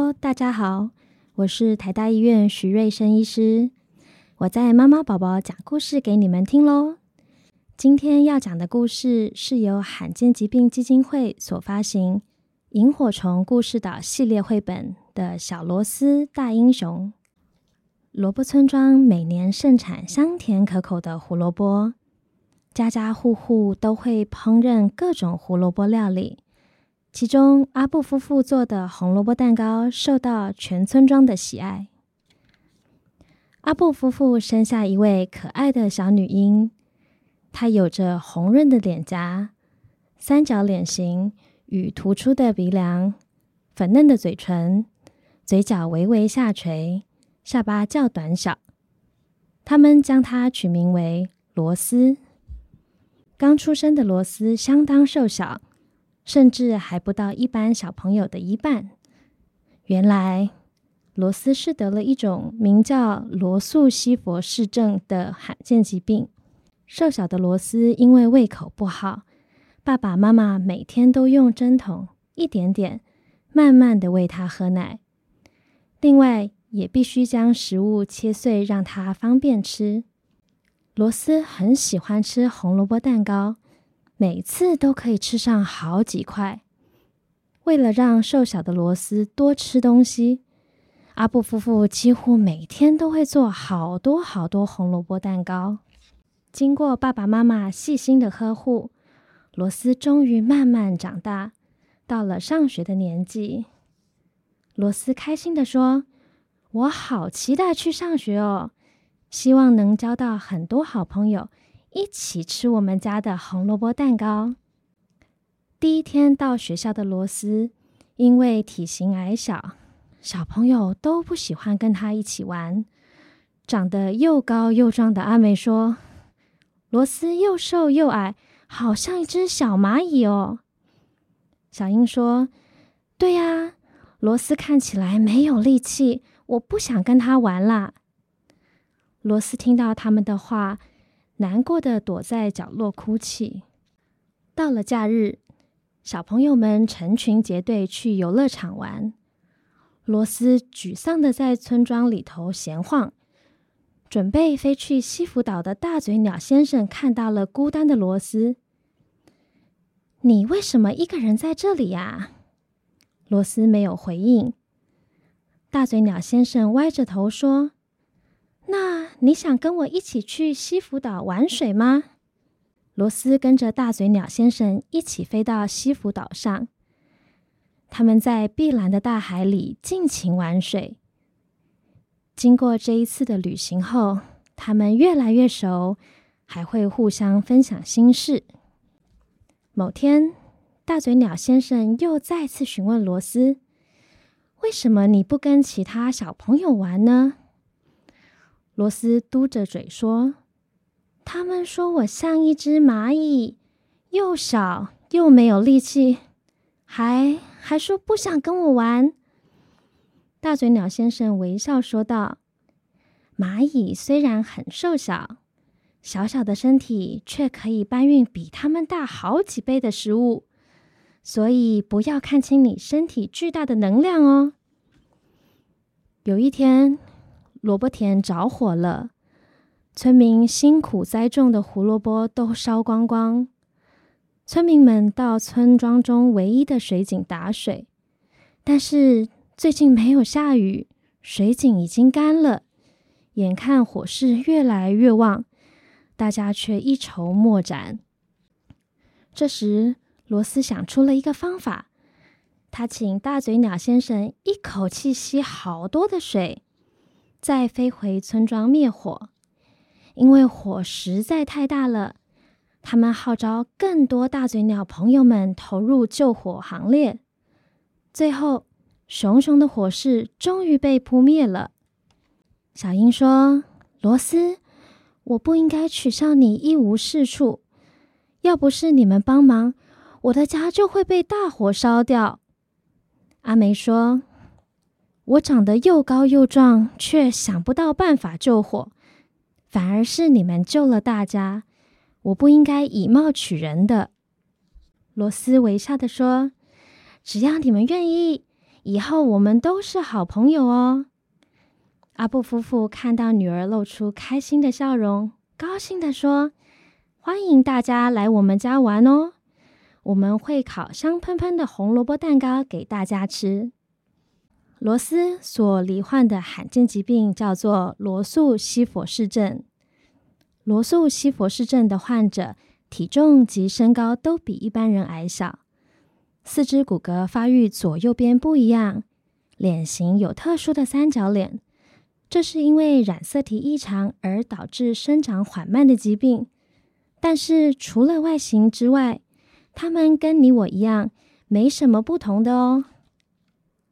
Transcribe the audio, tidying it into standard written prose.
Hello， 大家好，我是台大医院徐瑞生医师，我在妈妈宝宝讲故事给你们听咯。今天要讲的故事是由罕见疾病基金会所发行萤火虫故事岛系列绘本的小螺丝大英雄。萝卜村庄每年盛产香甜可口的胡萝卜，家家户户都会烹饪各种胡萝卜料理，其中阿布夫妇做的红萝卜蛋糕受到全村庄的喜爱。阿布夫妇生下一位可爱的小女婴，她有着红润的脸颊、三角脸型与突出的鼻梁、粉嫩的嘴唇，嘴角微微下垂，下巴较短小。他们将她取名为罗斯。刚出生的罗斯相当瘦小，甚至还不到一般小朋友的一半。原来，罗斯是得了一种名叫罗素西佛氏症的罕见疾病。瘦小的罗斯因为胃口不好，爸爸妈妈每天都用针筒一点点慢慢的喂他喝奶，另外也必须将食物切碎让他方便吃。罗斯很喜欢吃红萝卜蛋糕，每次都可以吃上好几块。为了让瘦小的罗斯多吃东西，阿布夫妇几乎每天都会做好多好多红萝卜蛋糕。经过爸爸妈妈细心的呵护，罗斯终于慢慢长大，到了上学的年纪。罗斯开心地说：“我好期待去上学哦，希望能交到很多好朋友，一起吃我们家的红萝卜蛋糕。”第一天到学校的罗斯，因为体型矮小，小朋友都不喜欢跟他一起玩。长得又高又壮的阿梅说：“罗斯又瘦又矮，好像一只小蚂蚁哦。”小英说：“对呀，罗斯看起来没有力气，我不想跟他玩啦。”罗斯听到他们的话，难过的躲在角落哭泣。到了假日，小朋友们成群结队去游乐场玩。罗斯沮丧的在村庄里头闲晃，准备飞去西福岛的大嘴鸟先生看到了孤单的罗斯。“你为什么一个人在这里呀？”罗斯没有回应。大嘴鸟先生歪着头说：“那你想跟我一起去西福岛玩水吗？”罗斯跟着大嘴鸟先生一起飞到西福岛上，他们在碧蓝的大海里尽情玩水。经过这一次的旅行后，他们越来越熟，还会互相分享心事。某天，大嘴鸟先生又再次询问罗斯：“为什么你不跟其他小朋友玩呢？”罗斯嘟着嘴说：“他们说我像一只蚂蚁，又小又没有力气，还说不想跟我玩。”大嘴鸟先生微笑说道：“蚂蚁虽然很瘦小，小小的身体却可以搬运比它们大好几倍的食物，所以不要看轻你身体巨大的能量哦。”有一天，萝卜田着火了，村民辛苦栽种的胡萝卜都烧光光。村民们到村庄中唯一的水井打水，但是最近没有下雨，水井已经干了。眼看火势越来越旺，大家却一筹莫展。这时，罗斯想出了一个方法，他请大嘴鸟先生一口气吸好多的水，再飞回村庄灭火。因为火实在太大了，他们号召更多大嘴鸟朋友们投入救火行列。最后，熊熊的火势终于被扑灭了。小鹰说：“罗斯，我不应该取笑你一无是处，要不是你们帮忙，我的家就会被大火烧掉。”阿梅说：“我长得又高又壮，却想不到办法救火，反而是你们救了大家，我不应该以貌取人的。”罗斯微笑地说：“只要你们愿意， 以后我们都是好朋友哦。阿布夫妇看到女儿露出开心的笑容，高兴地说：欢迎大家来我们家玩哦，我们会烤香喷喷的红萝卜蛋糕给大家吃。罗斯所罹患的罕见疾病叫做罗素西佛氏症。罗素西佛氏症的患者体重及身高都比一般人矮小，四肢骨骼发育左右边不一样，脸型有特殊的三角脸，这是因为染色体异常而导致生长缓慢的疾病。但是除了外形之外，他们跟你我一样没什么不同的哦。